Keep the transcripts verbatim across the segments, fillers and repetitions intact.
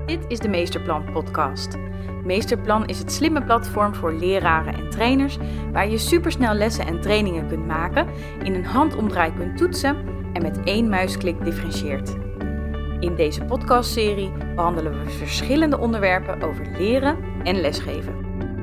Dit is de Meesterplan podcast. Meesterplan is het slimme platform voor leraren en trainers waar je supersnel lessen en trainingen kunt maken, in een handomdraai kunt toetsen en met één muisklik differentieert. In deze podcastserie behandelen we verschillende onderwerpen over leren en lesgeven.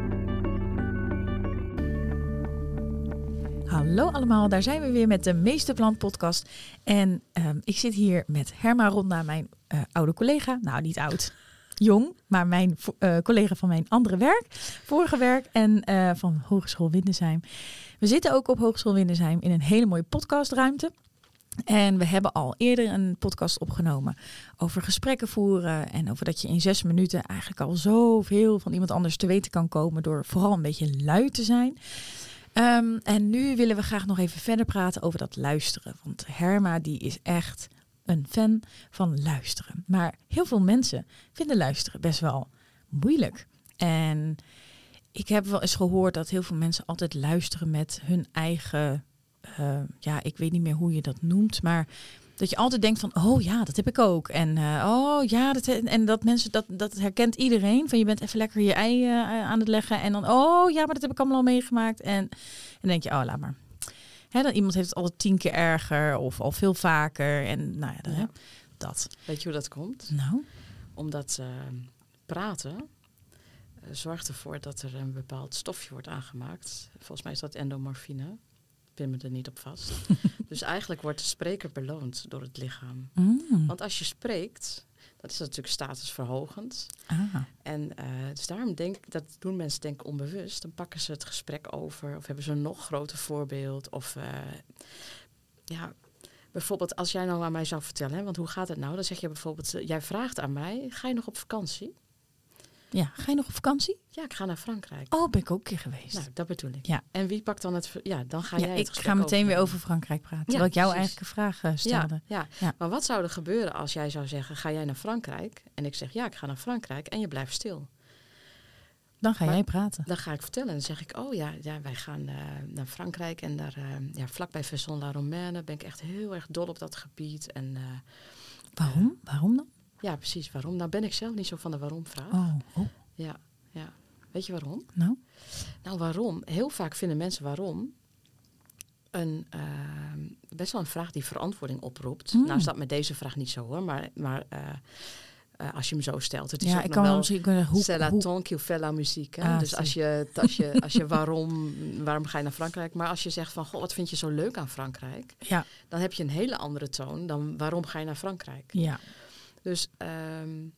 Hallo allemaal, daar zijn we weer met de Meesterplan podcast. En um, ik zit hier met Herma Ronda, mijn uh, oude collega. Nou, niet oud, jong, maar mijn uh, collega van mijn andere werk, vorige werk en uh, van Hogeschool Windesheim. We zitten ook op Hogeschool Windesheim in een hele mooie podcastruimte. En we hebben al eerder een podcast opgenomen over gesprekken voeren en over dat je in zes minuten eigenlijk al zoveel van iemand anders te weten kan komen door vooral een beetje lui te zijn. Um, en nu willen we graag nog even verder praten over dat luisteren. Want Herma die is echt een fan van luisteren. Maar heel veel mensen vinden luisteren best wel moeilijk. En ik heb wel eens gehoord dat heel veel mensen altijd luisteren met hun eigen... Uh, ja, ik weet niet meer hoe je dat noemt, maar dat je altijd denkt van, oh ja, dat heb ik ook. En uh, oh ja, dat, en dat mensen, dat, dat herkent iedereen. Van je bent even lekker je ei uh, aan het leggen. En dan, oh ja, maar dat heb ik allemaal al meegemaakt. En, en dan denk je, oh, laat maar. Hè, dan iemand heeft het altijd tien keer erger of al veel vaker. En nou ja, dan, ja. Hè, dat. Weet je hoe dat komt? Nou? Omdat uh, praten uh, zorgt ervoor dat er een bepaald stofje wordt aangemaakt. Volgens mij is dat endomorfine. Pin me er niet op vast. Dus eigenlijk wordt de spreker beloond door het lichaam. Mm. Want als je spreekt, dat is natuurlijk statusverhogend. Ah. En uh, dus daarom denk ik, dat doen mensen denk ik onbewust. Dan pakken ze het gesprek over of hebben ze een nog groter voorbeeld. Of uh, ja, bijvoorbeeld als jij nou aan mij zou vertellen, hè, want hoe gaat het nou? Dan zeg je bijvoorbeeld, uh, jij vraagt aan mij, ga je nog op vakantie? Ja, ga je nog op vakantie? Ja, ik ga naar Frankrijk. Oh, ben ik ook een keer geweest. Nou, dat bedoel ik. Ja. En wie pakt dan het... Ja, dan ga ja, jij het ik ga meteen over weer over Frankrijk praten. Ja, terwijl ik jou precies. eigenlijk een vraag uh, stelde. Ja, ja. ja, maar wat zou er gebeuren als jij zou zeggen, ga jij naar Frankrijk? En ik zeg, ja, ik ga naar Frankrijk. En je blijft stil. Dan ga maar, jij praten. Dan ga ik vertellen. En dan zeg ik, oh ja, ja wij gaan uh, naar Frankrijk. En daar, uh, ja, vlakbij Vaison-la-Romaine ben ik echt heel erg dol op dat gebied. En, uh, waarom? Uh, waarom dan? Ja, precies, waarom? Nou ben ik zelf niet zo van de waarom-vraag. Oh, oh. Ja, ja. Weet je waarom? Nou? Nou, waarom? Heel vaak vinden mensen waarom een, uh, best wel een vraag die verantwoording oproept. Mm. Nou is dat met deze vraag niet zo hoor, maar, maar uh, uh, als je hem zo stelt. Het is ja, ook ik nog kan wel zeggen, hoe, c'est la hoe... ton qui fait la musique. Ah, dus als je, als je, als je waarom, waarom ga je naar Frankrijk? Maar als je zegt van, goh, wat vind je zo leuk aan Frankrijk? Ja. Dan heb je een hele andere toon dan waarom ga je naar Frankrijk? Ja. Dus... Um,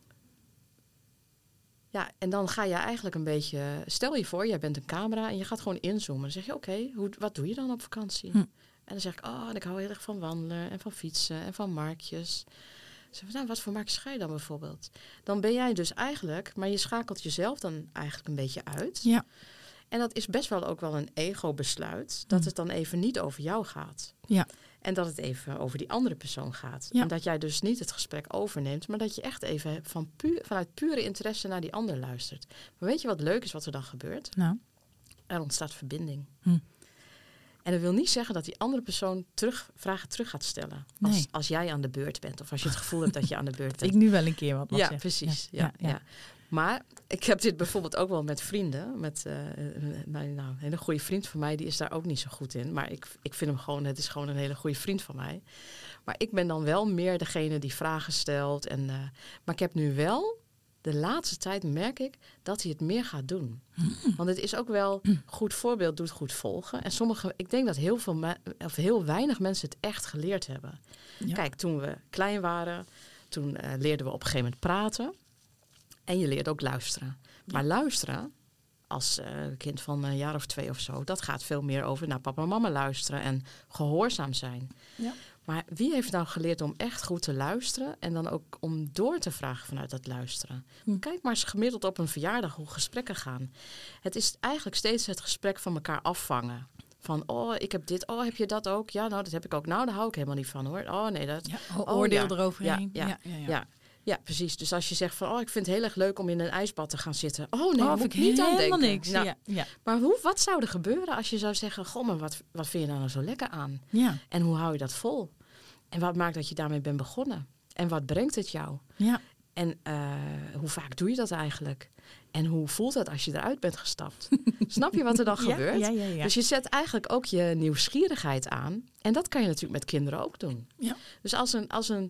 Ja, en dan ga je eigenlijk een beetje... Stel je voor, jij bent een camera en je gaat gewoon inzoomen. Dan zeg je, oké, okay, wat doe je dan op vakantie? Hm. En dan zeg ik, oh, en ik hou heel erg van wandelen en van fietsen en van marktjes. Zeg, nou, wat voor marktjes ga je dan bijvoorbeeld? Dan ben jij dus eigenlijk... Maar je schakelt jezelf dan eigenlijk een beetje uit. Ja. En dat is best wel ook wel een ego-besluit. Dat hm. het dan even niet over jou gaat. Ja. En dat het even over die andere persoon gaat. Ja. En dat jij dus niet het gesprek overneemt, maar dat je echt even van pu- vanuit pure interesse naar die ander luistert. Maar weet je wat leuk is wat er dan gebeurt? Nou. Er ontstaat verbinding. Hm. En dat wil niet zeggen dat die andere persoon terug, vragen terug gaat stellen. Als, nee. als jij aan de beurt bent. Of als je het gevoel hebt dat je aan de beurt bent. Ik nu wel een keer wat mag Ja, zeggen. precies. Ja, Ja, ja, ja. ja. Maar ik heb dit bijvoorbeeld ook wel met vrienden. Met uh, nou, nou, een hele goede vriend van mij, die is daar ook niet zo goed in. Maar ik, ik vind hem gewoon, het is gewoon een hele goede vriend van mij. Maar ik ben dan wel meer degene die vragen stelt. En, uh, maar ik heb nu wel, de laatste tijd merk ik, dat hij het meer gaat doen. Mm. Want het is ook wel, goed voorbeeld doet goed volgen. En sommige, ik denk dat heel veel, me, of heel weinig mensen het echt geleerd hebben. Ja. Kijk, toen we klein waren, toen uh, leerden we op een gegeven moment praten. En je leert ook luisteren. Maar ja. luisteren, als uh, kind van een jaar of twee of zo... dat gaat veel meer over naar papa en mama luisteren... en gehoorzaam zijn. Ja. Maar wie heeft nou geleerd om echt goed te luisteren... en dan ook om door te vragen vanuit dat luisteren? Hm. Kijk maar eens gemiddeld op een verjaardag hoe gesprekken gaan. Het is eigenlijk steeds het gesprek van elkaar afvangen. Van, oh, ik heb dit, oh, heb je dat ook? Ja, nou, dat heb ik ook. Nou, daar hou ik helemaal niet van, hoor. Oh, nee, dat... Ja, oordeel oh, ja. eroverheen. Ja, ja, ja, ja, ja. ja. Ja, precies. Dus als je zegt van, oh, ik vind het heel erg leuk om in een ijsbad te gaan zitten. Oh, nee, oh, daar moet ik ik niet aan denken. Niks. Nou, ja, ja. Maar hoe, wat zou er gebeuren als je zou zeggen, goh, maar wat, wat vind je daar nou zo lekker aan? Ja. En hoe hou je dat vol? En wat maakt dat je daarmee bent begonnen? En wat brengt het jou? Ja. En uh, hoe vaak doe je dat eigenlijk? En hoe voelt het als je eruit bent gestapt? Snap je wat er dan ja, gebeurt? Ja, ja, ja. Dus je zet eigenlijk ook je nieuwsgierigheid aan. En dat kan je natuurlijk met kinderen ook doen. Ja. Dus als een... Als een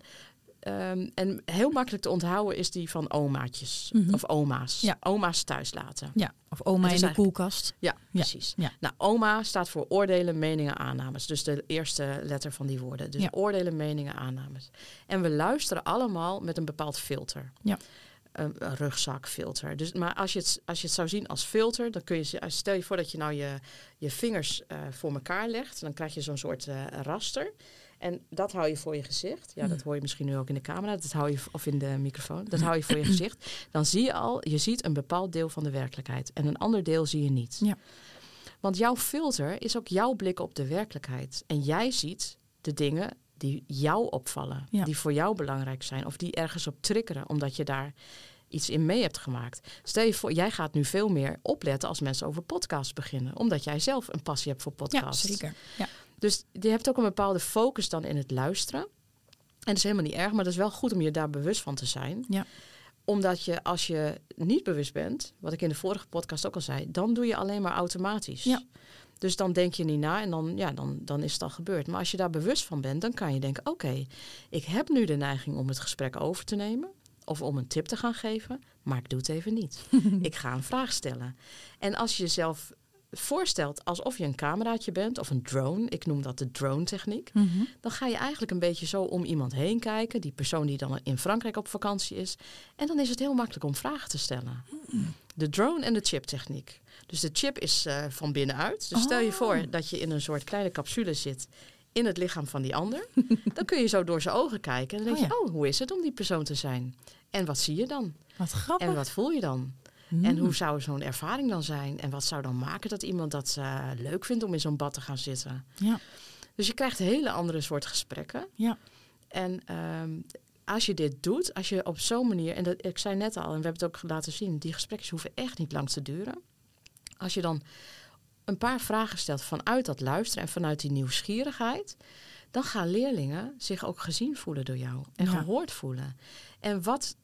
um, en heel makkelijk te onthouden is die van omaatjes. Mm-hmm. Of oma's. Ja. Oma's thuis laten. Ja, of oma in de koelkast. Ja, ja, precies. Ja. Nou, oma staat voor oordelen, meningen, aannames. Dus de eerste letter van die woorden. Dus ja. oordelen, meningen, aannames. En we luisteren allemaal met een bepaald filter. Ja. Een, een rugzakfilter. Dus, maar als je, het, als je het zou zien als filter, dan kun je, stel je voor dat je nou je, je vingers uh, voor elkaar legt. Dan krijg je zo'n soort uh, raster. En dat hou je voor je gezicht. Ja, dat hoor je misschien nu ook in de camera. Dat hou je, of in de microfoon. Dat hou je voor je gezicht. Dan zie je al, je ziet een bepaald deel van de werkelijkheid. En een ander deel zie je niet. Ja. Want jouw filter is ook jouw blik op de werkelijkheid. En jij ziet de dingen die jou opvallen. Ja. Die voor jou belangrijk zijn. Of die ergens op triggeren. Omdat je daar iets in mee hebt gemaakt. Stel je voor, jij gaat nu veel meer opletten als mensen over podcasts beginnen. Omdat jij zelf een passie hebt voor podcasts. Ja, zeker. Ja. Dus je hebt ook een bepaalde focus dan in het luisteren. En dat is helemaal niet erg, maar dat is wel goed om je daar bewust van te zijn. Ja. Omdat je, als je niet bewust bent, wat ik in de vorige podcast ook al zei, dan doe je alleen maar automatisch. Ja. Dus dan denk je niet na en dan, ja, dan, dan is het al gebeurd. Maar als je daar bewust van bent, dan kan je denken, oké, okay, ik heb nu de neiging om het gesprek over te nemen. Of om een tip te gaan geven, maar ik doe het even niet. Ik ga een vraag stellen. En als je jezelf voorstelt alsof je een cameraatje bent of een drone, ik noem dat de drone-techniek, mm-hmm. dan ga je eigenlijk een beetje zo om iemand heen kijken, die persoon die dan in Frankrijk op vakantie is. En dan is het heel makkelijk om vragen te stellen. Mm. De drone en de chip-techniek. Dus de chip is uh, van binnenuit. Dus oh. stel je voor dat je in een soort kleine capsule zit in het lichaam van die ander. Dan kun je zo door zijn ogen kijken en dan denk oh, ja. je, oh, hoe is het om die persoon te zijn? En wat zie je dan? Wat grappig. En wat voel je dan? Mm. En hoe zou zo'n ervaring dan zijn? En wat zou dan maken dat iemand dat uh, leuk vindt om in zo'n bad te gaan zitten? Ja. Dus je krijgt hele andere soort gesprekken. Ja. En um, als je dit doet, als je op zo'n manier, en dat, ik zei net al, en we hebben het ook laten zien, die gesprekken hoeven echt niet lang te duren. Als je dan een paar vragen stelt vanuit dat luisteren en vanuit die nieuwsgierigheid, dan gaan leerlingen zich ook gezien voelen door jou en ja. gehoord voelen. En wat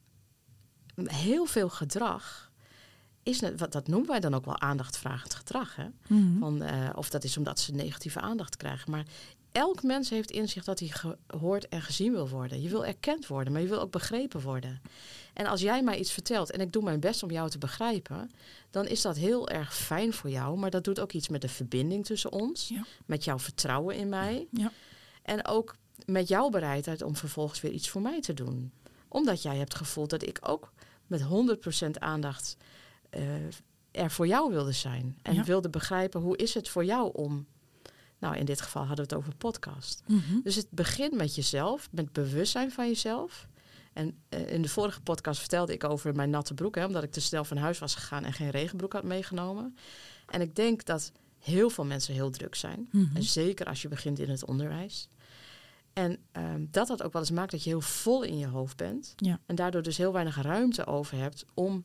heel veel gedrag is, wat dat noemen wij dan ook wel aandachtvragend gedrag. Hè? Mm-hmm. Van, uh, of dat is omdat ze negatieve aandacht krijgen. Maar elk mens heeft in zich dat hij gehoord en gezien wil worden. Je wil erkend worden, maar je wil ook begrepen worden. En als jij mij iets vertelt en ik doe mijn best om jou te begrijpen, dan is dat heel erg fijn voor jou. Maar dat doet ook iets met de verbinding tussen ons. Ja. Met jouw vertrouwen in mij. Ja. En ook met jouw bereidheid om vervolgens weer iets voor mij te doen. Omdat jij hebt gevoeld dat ik ook met honderd procent aandacht uh, er voor jou wilde zijn. En ja. wilde begrijpen, hoe is het voor jou om... Nou, in dit geval hadden we het over podcast. Mm-hmm. Dus het begint met jezelf, met bewustzijn van jezelf. En uh, in de vorige podcast vertelde ik over mijn natte broek, hè, omdat ik te snel van huis was gegaan en geen regenbroek had meegenomen. En ik denk dat heel veel mensen heel druk zijn. Mm-hmm. En zeker als je begint in het onderwijs. En um, dat dat ook wel eens maakt dat je heel vol in je hoofd bent. Ja. En daardoor dus heel weinig ruimte over hebt om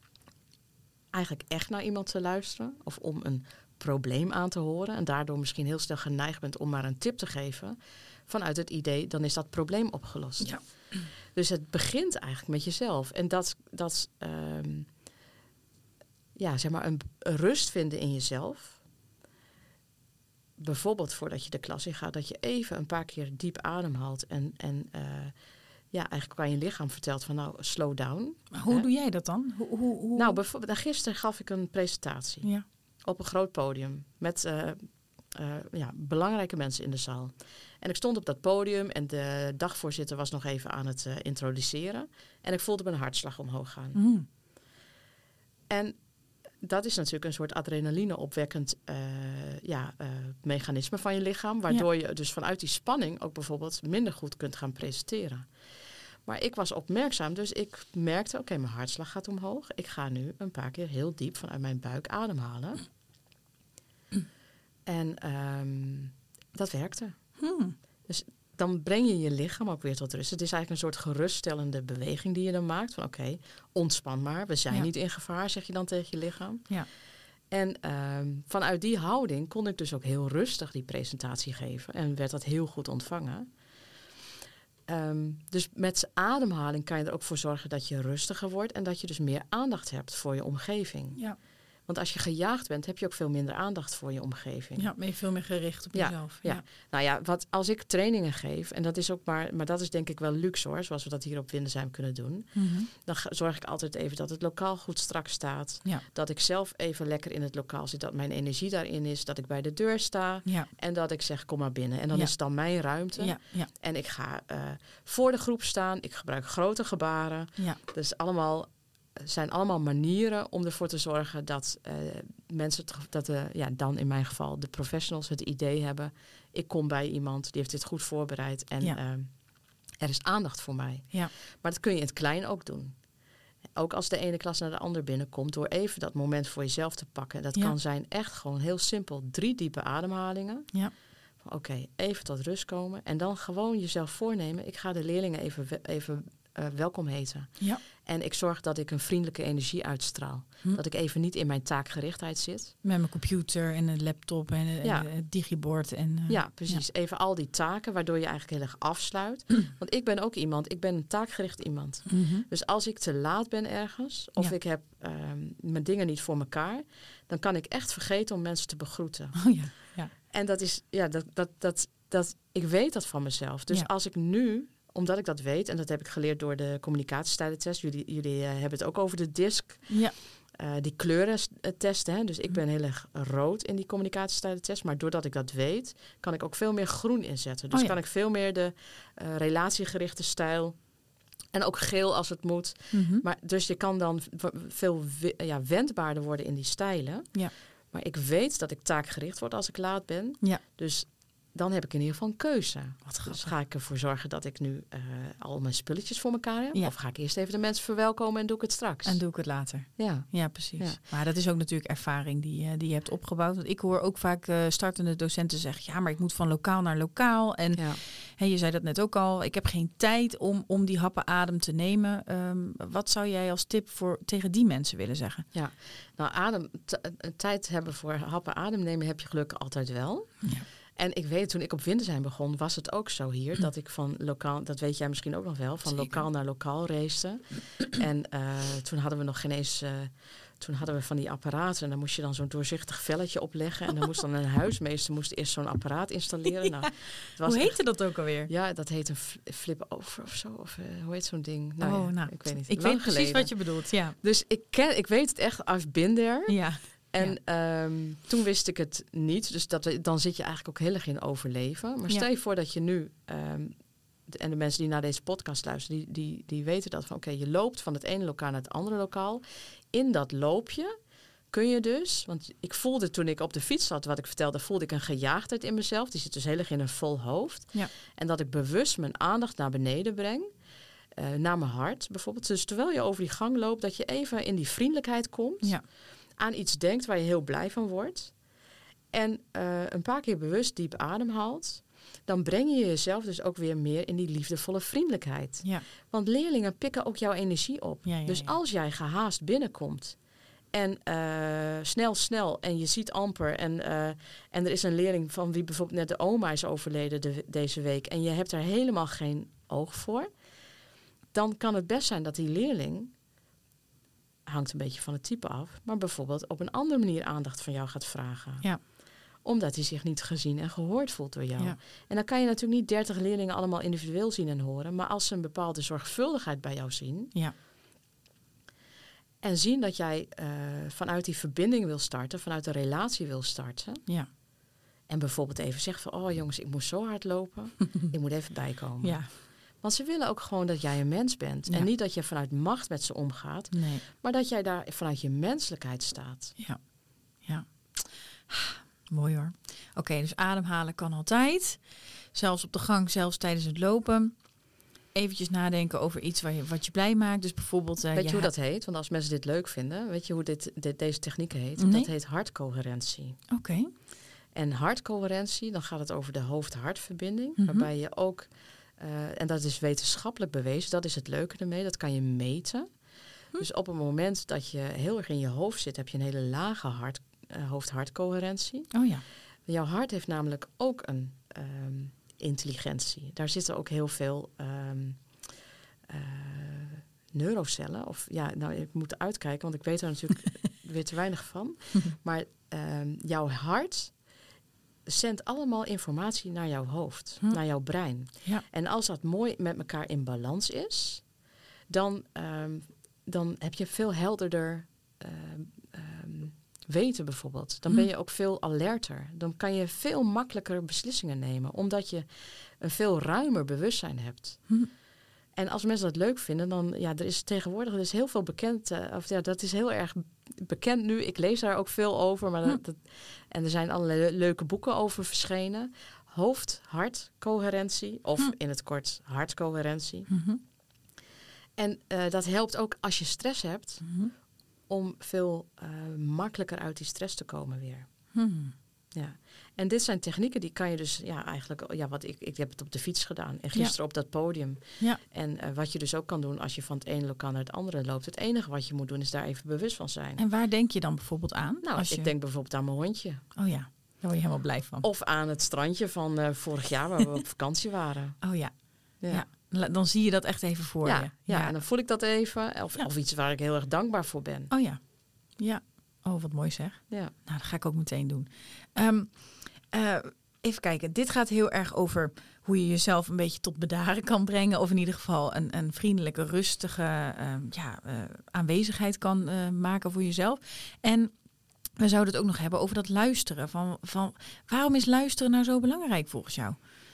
eigenlijk echt naar iemand te luisteren. Of om een probleem aan te horen. En daardoor misschien heel snel geneigd bent om maar een tip te geven. Vanuit het idee, dan is dat probleem opgelost. Ja. Dus het begint eigenlijk met jezelf. En dat, dat um, ja, zeg maar een, een rust vinden in jezelf. Bijvoorbeeld voordat je de klas in gaat, dat je even een paar keer diep ademhaalt. En, en uh, ja, eigenlijk aan je lichaam vertelt van nou, slow down. Maar hoe hè? doe jij dat dan? Hoe, hoe, hoe... Nou, bijvoorbeeld, gisteren gaf ik een presentatie. Ja. Op een groot podium. Met uh, uh, ja, belangrijke mensen in de zaal. En ik stond op dat podium en de dagvoorzitter was nog even aan het uh, introduceren. En ik voelde mijn hartslag omhoog gaan. Mm. En dat is natuurlijk een soort adrenaline opwekkend uh, ja, uh, mechanisme van je lichaam. Waardoor ja. je dus vanuit die spanning ook bijvoorbeeld minder goed kunt gaan presenteren. Maar ik was opmerkzaam, dus ik merkte, oké, okay, mijn hartslag gaat omhoog. Ik ga nu een paar keer heel diep vanuit mijn buik ademhalen. En um, dat werkte. Hmm. Dus dan breng je je lichaam ook weer tot rust. Het is eigenlijk een soort geruststellende beweging die je dan maakt. Van oké, okay, ontspan maar. We zijn ja. niet in gevaar, zeg je dan tegen je lichaam. Ja. En um, vanuit die houding kon ik dus ook heel rustig die presentatie geven. En werd dat heel goed ontvangen. um, dus met ademhaling kan je er ook voor zorgen dat je rustiger wordt en dat je dus meer aandacht hebt voor je omgeving. Ja. Want als je gejaagd bent, heb je ook veel minder aandacht voor je omgeving. Ja, ben je veel meer gericht op ja, jezelf. Ja. Ja. Nou ja, wat, als ik trainingen geef, en dat is ook maar, maar dat is denk ik wel luxe hoor, zoals we dat hier op Windesheim kunnen doen. Mm-hmm. Dan ga, zorg ik altijd even dat het lokaal goed strak staat. Ja. Dat ik zelf even lekker in het lokaal zit, dat mijn energie daarin is, dat ik bij de deur sta Ja. en dat ik zeg kom maar binnen. En dan Ja. is het dan mijn ruimte. Ja. Ja. En ik ga uh, voor de groep staan, ik gebruik grote gebaren. Ja. Dat is allemaal... zijn allemaal manieren om ervoor te zorgen dat uh, mensen, dat uh, ja, dan in mijn geval de professionals het idee hebben, ik kom bij iemand, die heeft dit goed voorbereid en ja. uh, er is aandacht voor mij. Ja. Maar dat kun je in het klein ook doen. Ook als de ene klas naar de ander binnenkomt, door even dat moment voor jezelf te pakken. Dat ja. kan zijn echt gewoon heel simpel, drie diepe ademhalingen. Ja. Oké, okay, even tot rust komen en dan gewoon jezelf voornemen, ik ga de leerlingen even, even uh, welkom heten. Ja. En ik zorg dat ik een vriendelijke energie uitstraal. Hm. Dat ik even niet in mijn taakgerichtheid zit. Met mijn computer en een laptop en een, ja. het digibord. En, uh, ja, precies. Ja. Even al die taken, waardoor je eigenlijk heel erg afsluit. Want ik ben ook iemand, ik ben een taakgericht iemand. Mm-hmm. Dus als ik te laat ben ergens, of ja. ik heb um, mijn dingen niet voor elkaar, dan kan ik echt vergeten om mensen te begroeten. Oh ja, ja. En dat is, ja, dat, dat, dat, dat, ik weet dat van mezelf. Dus ja. als ik nu... Omdat ik dat weet, en dat heb ik geleerd door de communicatiestijlentest. Jullie, jullie uh, hebben het ook over de D I S C. Ja. Uh, die kleuren testen. Hè? Dus ik ben heel erg rood in die communicatiestijlentest. Maar doordat ik dat weet, kan ik ook veel meer groen inzetten. Dus oh ja. kan ik veel meer de uh, relatiegerichte stijl... En ook geel als het moet. Mm-hmm. Maar, dus je kan dan v- veel w- ja, wendbaarder worden in die stijlen. Ja. Maar ik weet dat ik taakgericht word als ik laat ben. Ja. Dus... dan heb ik in ieder geval een keuze. Wat dus ga ik ervoor zorgen dat ik nu uh, al mijn spulletjes voor elkaar heb? Ja. Of ga ik eerst even de mensen verwelkomen en doe ik het straks? En doe ik het later. Ja, ja precies. Ja. Maar dat is ook natuurlijk ervaring die, uh, die je hebt opgebouwd. Want ik hoor ook vaak uh, startende docenten zeggen... ja, maar ik moet van lokaal naar lokaal. En ja. hey, je zei dat net ook al. Ik heb geen tijd om, om die happen adem te nemen. Um, wat zou jij als tip voor tegen die mensen willen zeggen? Ja, nou adem, t- tijd hebben voor happen adem nemen heb je gelukkig altijd wel. Ja. En ik weet, toen ik op Windesheim begon, was het ook zo hier. Dat ik van lokaal, dat weet jij misschien ook nog wel, van Zeker. lokaal naar lokaal race. En uh, toen hadden we nog geen eens, uh, toen hadden we van die apparaten. En dan moest je dan zo'n doorzichtig velletje opleggen. En dan moest dan een huismeester moest eerst zo'n apparaat installeren. Ja. Nou, het was hoe heette echt, dat ook alweer? Ja, dat heet een flip over of zo. Of uh, hoe heet zo'n ding? Nou, oh, ja, nou, ik weet niet. Ik Lang weet precies geleden. wat je bedoelt, ja. Dus ik, ken, ik weet het echt, I've been there. Ja. En ja. um, toen wist ik het niet. Dus dat, dan zit je eigenlijk ook heel erg in overleven. Maar stel je ja. voor dat je nu... Um, de, en de mensen die naar deze podcast luisteren... die, die, die weten dat van... oké, okay, je loopt van het ene lokaal naar het andere lokaal. In dat loopje kun je dus... want ik voelde toen ik op de fiets zat... wat ik vertelde, voelde ik een gejaagdheid in mezelf. Die zit dus heel erg in een vol hoofd. Ja. En dat ik bewust mijn aandacht naar beneden breng... Uh, naar mijn hart bijvoorbeeld. Dus terwijl je over die gang loopt... dat je even in die vriendelijkheid komt... Ja. aan iets denkt waar je heel blij van wordt. En uh, een paar keer bewust diep ademhaalt. Dan breng je jezelf dus ook weer meer in die liefdevolle vriendelijkheid. Ja. Want leerlingen pikken ook jouw energie op. Ja, ja, dus ja. als jij gehaast binnenkomt. En uh, snel, snel. En je ziet amper. En, uh, en er is een leerling van wie bijvoorbeeld net de oma is overleden de, deze week. En je hebt er helemaal geen oog voor. Dan kan het best zijn dat die leerling... hangt een beetje van het type af... maar bijvoorbeeld op een andere manier aandacht van jou gaat vragen. Ja. Omdat hij zich niet gezien en gehoord voelt door jou. Ja. En dan kan je natuurlijk niet dertig leerlingen allemaal individueel zien en horen... maar als ze een bepaalde zorgvuldigheid bij jou zien... Ja. en zien dat jij uh, vanuit die verbinding wil starten... vanuit de relatie wil starten... Ja. en bijvoorbeeld even zegt van... oh jongens, ik moest zo hard lopen, ik moet even bijkomen... Ja. Want ze willen ook gewoon dat jij een mens bent. Ja. En niet dat je vanuit macht met ze omgaat. Nee. Maar dat jij daar vanuit je menselijkheid staat. Ja. Ja. Mooi hoor. Oké, okay, dus ademhalen kan altijd. Zelfs op de gang, zelfs tijdens het lopen. Eventjes nadenken over iets waar je, wat je blij maakt. Dus bijvoorbeeld... Uh, weet je, je hoe ha- dat heet? Want als mensen dit leuk vinden... weet je hoe dit, dit, deze techniek heet? Nee. Dat heet hartcoherentie. Oké. Okay. En hartcoherentie, dan gaat het over de hoofd-hartverbinding. Mm-hmm. Waarbij je ook... Uh, en dat is wetenschappelijk bewezen. Dat is het leuke ermee. Dat kan je meten. Hm. Dus op het moment dat je heel erg in je hoofd zit... heb je een hele lage hart, uh, hoofd-hartcoherentie. Oh ja. Jouw hart heeft namelijk ook een um, intelligentie. Daar zitten ook heel veel um, uh, neurocellen. Of ja, nou, ik moet uitkijken, want ik weet er natuurlijk weer te weinig van. Maar um, jouw hart zendt allemaal informatie naar jouw hoofd, hm. naar jouw brein. Ja. En als dat mooi met elkaar in balans is, dan, um, dan heb je veel helderder um, um, weten bijvoorbeeld. Dan ben je ook veel alerter. Dan kan je veel makkelijker beslissingen nemen, omdat je een veel ruimer bewustzijn hebt. Hm. En als mensen dat leuk vinden, dan ja, er is tegenwoordig er is heel veel bekend. Uh, of ja, dat is heel erg bekend nu. Ik lees daar ook veel over. Maar dat, dat, en er zijn allerlei leuke boeken over verschenen. Hoofd-hart-coherentie. Of hm. in het kort hartcoherentie. Mm-hmm. En uh, dat helpt ook als je stress hebt, Mm-hmm. om veel uh, makkelijker uit die stress te komen weer. Mm. Ja. En dit zijn technieken die kan je dus ja eigenlijk ja wat ik ik heb het op de fiets gedaan en gisteren ja. op dat podium. Ja. En uh, wat je dus ook kan doen als je van het ene lokaal naar het andere loopt. Het enige wat je moet doen is daar even bewust van zijn. En waar denk je dan bijvoorbeeld aan? Nou, als ik je... denk bijvoorbeeld aan mijn hondje. Oh ja, daar word je helemaal blij van. Of aan het strandje van uh, vorig jaar waar we op vakantie waren. Oh ja. Ja. ja. Dan zie je dat echt even voor ja, je. Ja, ja, en dan voel ik dat even. Of, ja. of iets waar ik heel erg dankbaar voor ben. Oh ja. Ja. Oh, wat mooi zeg. Ja. Nou, dat ga ik ook meteen doen. Um, uh, even kijken. Dit gaat heel erg over hoe je jezelf een beetje tot bedaren kan brengen. Of in ieder geval een, een vriendelijke, rustige uh, ja, uh, aanwezigheid kan uh, maken voor jezelf. En we zouden het ook nog hebben over dat luisteren. Van, van, waarom is luisteren nou zo belangrijk volgens jou?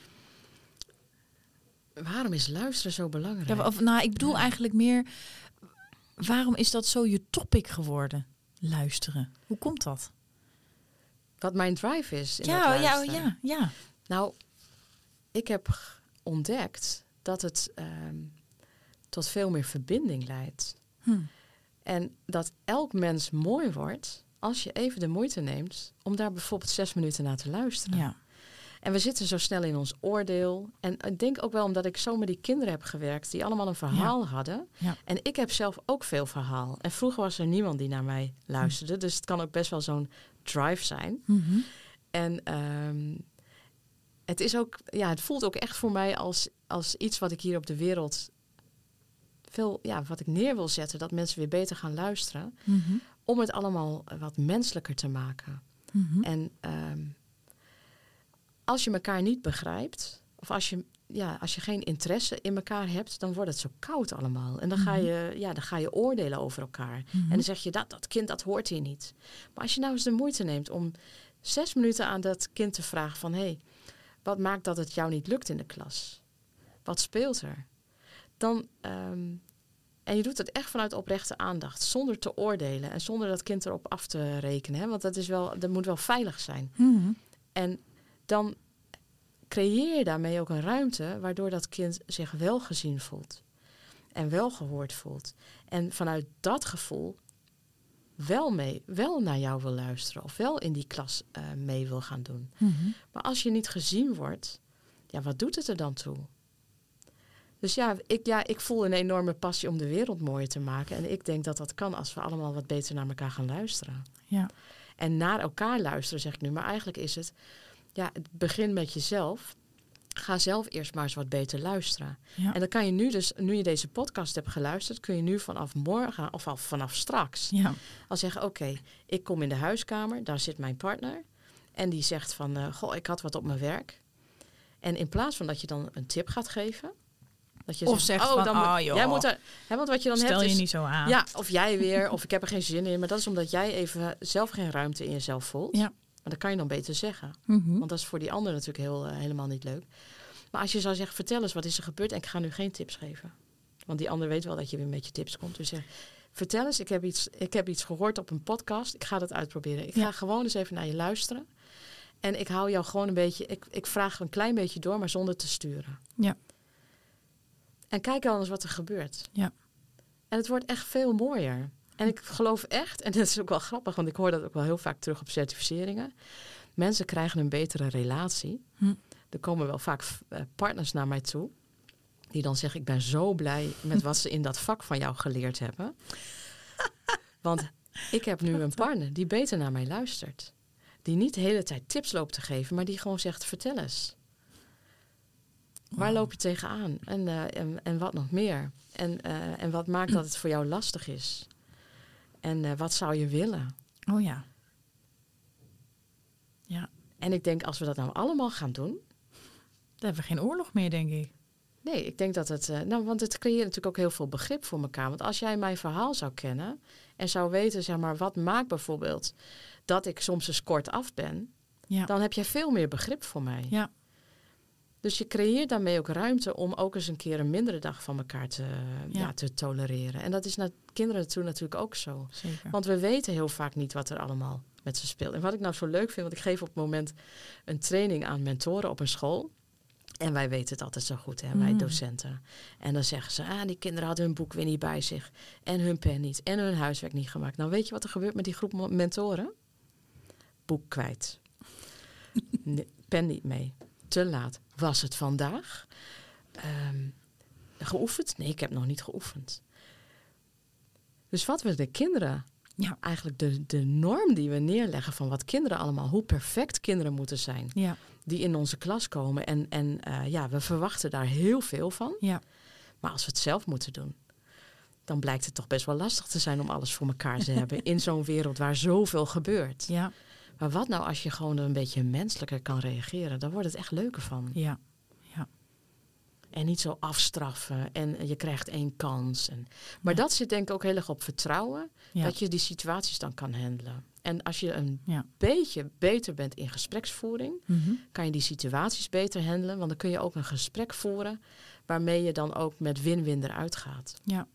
Waarom is luisteren zo belangrijk? Ja, of, nou, ik bedoel ja. eigenlijk meer, waarom is dat zo je topic geworden? Luisteren. Hoe komt dat? Wat mijn drive is in ja, het ja, ja, ja. Nou, ik heb ontdekt dat het um, tot veel meer verbinding leidt. Hm. En dat elk mens mooi wordt als je even de moeite neemt om daar bijvoorbeeld zes minuten naar te luisteren. Ja. En we zitten zo snel in ons oordeel. En ik denk ook wel omdat ik zo met die kinderen heb gewerkt die allemaal een verhaal ja. hadden. Ja. En ik heb zelf ook veel verhaal. En vroeger was er niemand die naar mij luisterde. Hm. Dus het kan ook best wel zo'n drive zijn. Mm-hmm. En um, het is ook, ja, het voelt ook echt voor mij als, als iets wat ik hier op de wereld veel, ja, wat ik neer wil zetten, dat mensen weer beter gaan luisteren, mm-hmm. om het allemaal wat menselijker te maken. Mm-hmm. En um, als je elkaar niet begrijpt, of als je, ja, als je geen interesse in elkaar hebt, dan wordt het zo koud allemaal. En dan ga je, ja, dan ga je oordelen over elkaar. Mm-hmm. En dan zeg je, dat, dat kind, dat hoort hier niet. Maar als je nou eens de moeite neemt om zes minuten aan dat kind te vragen van, hé, hey, wat maakt dat het jou niet lukt in de klas? Wat speelt er? Dan, um, en je doet het echt vanuit oprechte aandacht, zonder te oordelen en zonder dat kind erop af te rekenen. Hè? Want dat, is wel, dat moet wel veilig zijn. Mm-hmm. En dan creëer je daarmee ook een ruimte waardoor dat kind zich wel gezien voelt. En wel gehoord voelt. En vanuit dat gevoel wel, mee, wel naar jou wil luisteren. Of wel in die klas uh, mee wil gaan doen. Mm-hmm. Maar als je niet gezien wordt, ja, wat doet het er dan toe? Dus ja ik, ja, ik voel een enorme passie om de wereld mooier te maken. En ik denk dat dat kan als we allemaal wat beter naar elkaar gaan luisteren. Ja. En naar elkaar luisteren, zeg ik nu. Maar eigenlijk is het, ja, het begin met jezelf. Ga zelf eerst maar eens wat beter luisteren. Ja. En dan kan je nu dus, nu je deze podcast hebt geluisterd, kun je nu vanaf morgen of al vanaf straks Ja. al zeggen, oké, okay, ik kom in de huiskamer, daar zit mijn partner. En die zegt van, uh, goh, ik had wat op mijn werk. En in plaats van dat je dan een tip gaat geven, dat je of zegt, zegt oh, van, dan oh, moet, joh. jij moet er, hè, want wat je dan Stel hebt je is, niet zo aan. Ja, of jij weer, of ik heb er geen zin in. Maar dat is omdat jij even zelf geen ruimte in jezelf voelt. Ja. Maar dat kan je dan beter zeggen. Mm-hmm. Want dat is voor die ander natuurlijk heel, uh, helemaal niet leuk. Maar als je zou zeggen, vertel eens, wat is er gebeurd? En ik ga nu geen tips geven. Want die ander weet wel dat je weer met je tips komt. Dus zeg, vertel eens, ik heb, iets, ik heb iets gehoord op een podcast. Ik ga dat uitproberen. Ik ja. ga gewoon eens even naar je luisteren. En ik hou jou gewoon een beetje, ik, ik vraag een klein beetje door, maar zonder te sturen. Ja. En kijk dan eens wat er gebeurt. Ja. En het wordt echt veel mooier. En ik geloof echt, en dat is ook wel grappig, want ik hoor dat ook wel heel vaak terug op certificeringen. Mensen krijgen een betere relatie. Hm. Er komen wel vaak uh, partners naar mij toe. Die dan zeggen, ik ben zo blij met wat ze in dat vak van jou geleerd hebben. Want ik heb nu een partner die beter naar mij luistert. Die niet de hele tijd tips loopt te geven, maar die gewoon zegt, vertel eens. Waar loop je tegenaan? En, uh, en, en wat nog meer? En, uh, en wat maakt dat het voor jou lastig is? En uh, wat zou je willen? Oh ja. Ja. En ik denk, als we dat nou allemaal gaan doen... Dan hebben we geen oorlog meer, denk ik. Nee, ik denk dat het... Uh, nou, want het creëert natuurlijk ook heel veel begrip voor elkaar. Want als jij mijn verhaal zou kennen... en zou weten, zeg maar, wat maakt bijvoorbeeld... dat ik soms eens kort af ben... Ja. Dan heb jij veel meer begrip voor mij. Ja. Dus je creëert daarmee ook ruimte om ook eens een keer een mindere dag van elkaar te, ja. Ja, te tolereren. En dat is naar kinderen toe natuurlijk ook zo. Zeker. Want we weten heel vaak niet wat er allemaal met ze speelt. En wat ik nou zo leuk vind, want ik geef op het moment een training aan mentoren op een school. En wij weten het altijd zo goed, hè, wij mm. docenten. En dan zeggen ze, ah, die kinderen hadden hun boek weer niet bij zich. En hun pen niet. En hun huiswerk niet gemaakt. Nou, weet je wat er gebeurt met die groep mentoren? Boek kwijt. Nee, pen niet mee. Te laat. Was het vandaag? Um, geoefend? Nee, ik heb nog niet geoefend. Dus wat we de kinderen... Ja. Eigenlijk de, de norm die we neerleggen van wat kinderen allemaal... hoe perfect kinderen moeten zijn... Ja. Die in onze klas komen. En, en uh, ja, we verwachten daar heel veel van. Ja. Maar als we het zelf moeten doen... dan blijkt het toch best wel lastig te zijn... om alles voor elkaar te hebben... in zo'n wereld waar zoveel gebeurt. Ja. Maar wat nou als je gewoon een beetje menselijker kan reageren? Dan wordt het echt leuker van. Ja. Ja. En niet zo afstraffen. En je krijgt één kans. En, maar ja. dat zit denk ik ook heel erg op vertrouwen. Ja. Dat je die situaties dan kan handelen. En als je een ja. beetje beter bent in gespreksvoering... Mm-hmm. kan je die situaties beter handelen. Want dan kun je ook een gesprek voeren... waarmee je dan ook met win-win eruit gaat. Ja.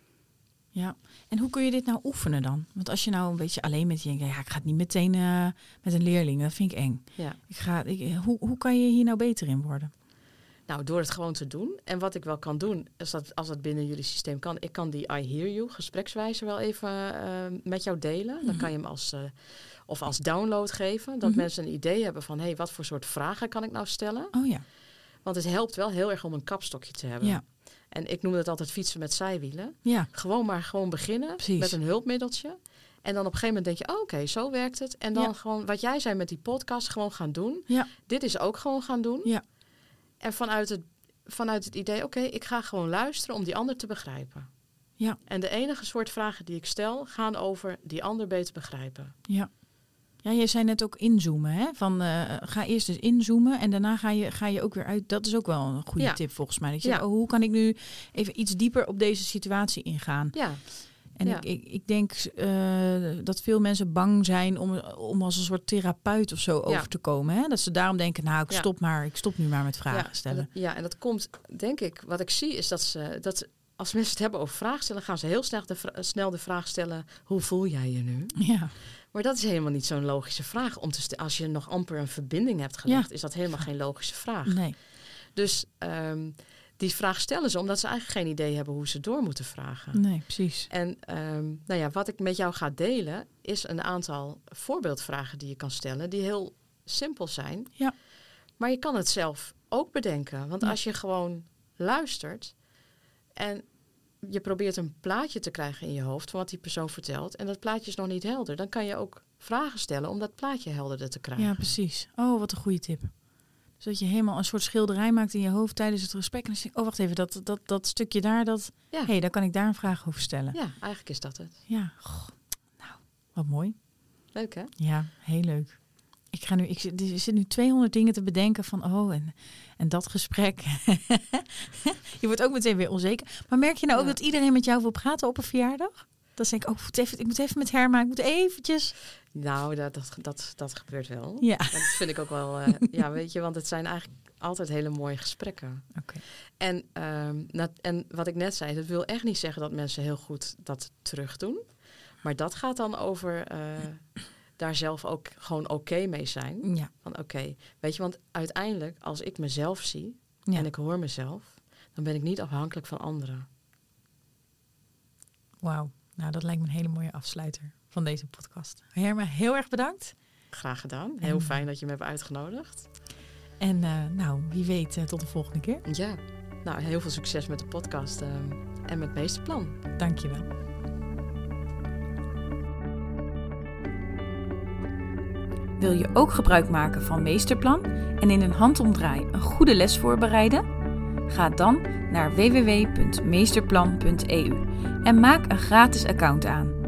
Ja, en hoe kun je dit nou oefenen dan? Want als je nou een beetje alleen met je denkt... ja, ik ga het niet meteen uh, met een leerling, dat vind ik eng. Ja. Ik ga, ik, hoe, hoe kan je hier nou beter in worden? Nou, door het gewoon te doen. En wat ik wel kan doen, is dat als het binnen jullie systeem kan... ik kan die I hear you gesprekswijze wel even uh, met jou delen. Mm-hmm. Dan kan je hem als, uh, of als download geven. Dat mm-hmm. mensen een idee hebben van... hé, hey, wat voor soort vragen kan ik nou stellen? Oh ja. Want het helpt wel heel erg om een kapstokje te hebben. Ja. En ik noem het altijd fietsen met zijwielen. Ja. Gewoon maar gewoon beginnen Precies. met een hulpmiddeltje. En dan op een gegeven moment denk je, oh, oké, okay, zo werkt het. En dan ja. gewoon, wat jij zei met die podcast, gewoon gaan doen. Ja. Dit is ook gewoon gaan doen. Ja. En vanuit het, vanuit het idee, oké, okay, ik ga gewoon luisteren om die ander te begrijpen. Ja. En de enige soort vragen die ik stel, gaan over die ander beter begrijpen. Ja. Ja, jij zei net ook inzoomen, hè? Van uh, ga eerst dus inzoomen en daarna ga je, ga je ook weer uit. Dat is ook wel een goede ja. tip volgens mij. Dat je ja. zegt, oh, hoe kan ik nu even iets dieper op deze situatie ingaan? Ja. En ja. ik, ik, ik denk uh, dat veel mensen bang zijn om, om als een soort therapeut of zo ja. over te komen. Hè? Dat ze daarom denken, nou, ik ja. stop maar, ik stop nu maar met vragen ja. stellen. En dat, ja, en dat komt, denk ik, wat ik zie is dat ze dat als mensen het hebben over vragen stellen, gaan ze heel snel de, vra- snel de vraag stellen, hoe voel jij je nu? Ja. Maar dat is helemaal niet zo'n logische vraag om te stellen. Als je nog amper een verbinding hebt gelegd, ja. is dat helemaal geen logische vraag. Nee. Dus um, die vraag stellen ze omdat ze eigenlijk geen idee hebben hoe ze door moeten vragen. Nee, precies. En um, nou ja, wat ik met jou ga delen, is een aantal voorbeeldvragen die je kan stellen, die heel simpel zijn. Ja. Maar je kan het zelf ook bedenken. Want ja. als je gewoon luistert en je probeert een plaatje te krijgen in je hoofd van wat die persoon vertelt. En dat plaatje is nog niet helder. Dan kan je ook vragen stellen om dat plaatje helderder te krijgen. Ja, precies. Oh, wat een goede tip. Dus dat je helemaal een soort schilderij maakt in je hoofd tijdens het gesprek. En dan denk je, oh, wacht even, dat, dat, dat stukje daar, dat... Ja. Hé, hey, daar kan ik daar een vraag over stellen. Ja, eigenlijk is dat het. Ja, goh, nou, wat mooi. Leuk, hè? Ja, heel leuk. Ik ga nu, ik zit, er zit nu tweehonderd dingen te bedenken van, oh, en, en dat gesprek. Je wordt ook meteen weer onzeker. Maar merk je nou ook ja. dat iedereen met jou wil praten op een verjaardag? Dan denk ik, oh, ik moet even, ik moet even met Herma, ik moet eventjes... Nou, dat, dat, dat, dat gebeurt wel. Ja. Maar dat vind ik ook wel, uh, ja, weet je, want het zijn eigenlijk altijd hele mooie gesprekken. Okay. En, um, dat, en wat ik net zei, dat wil echt niet zeggen dat mensen heel goed dat terug doen. Maar dat gaat dan over... Uh, daar zelf ook gewoon oké okay mee zijn. Ja. Van oké, okay, weet je, want uiteindelijk als ik mezelf zie ja. en ik hoor mezelf, dan ben ik niet afhankelijk van anderen. Wauw, nou dat lijkt me een hele mooie afsluiter van deze podcast. Herma, heel erg bedankt. Graag gedaan. Heel en, fijn dat je me hebt uitgenodigd. En uh, nou, wie weet uh, tot de volgende keer. Ja, nou heel veel succes met de podcast uh, en met Meesterplan. Dank je wel. Wil je ook gebruik maken van Meesterplan en in een handomdraai een goede les voorbereiden? Ga dan naar w w w punt meesterplan punt e u en maak een gratis account aan.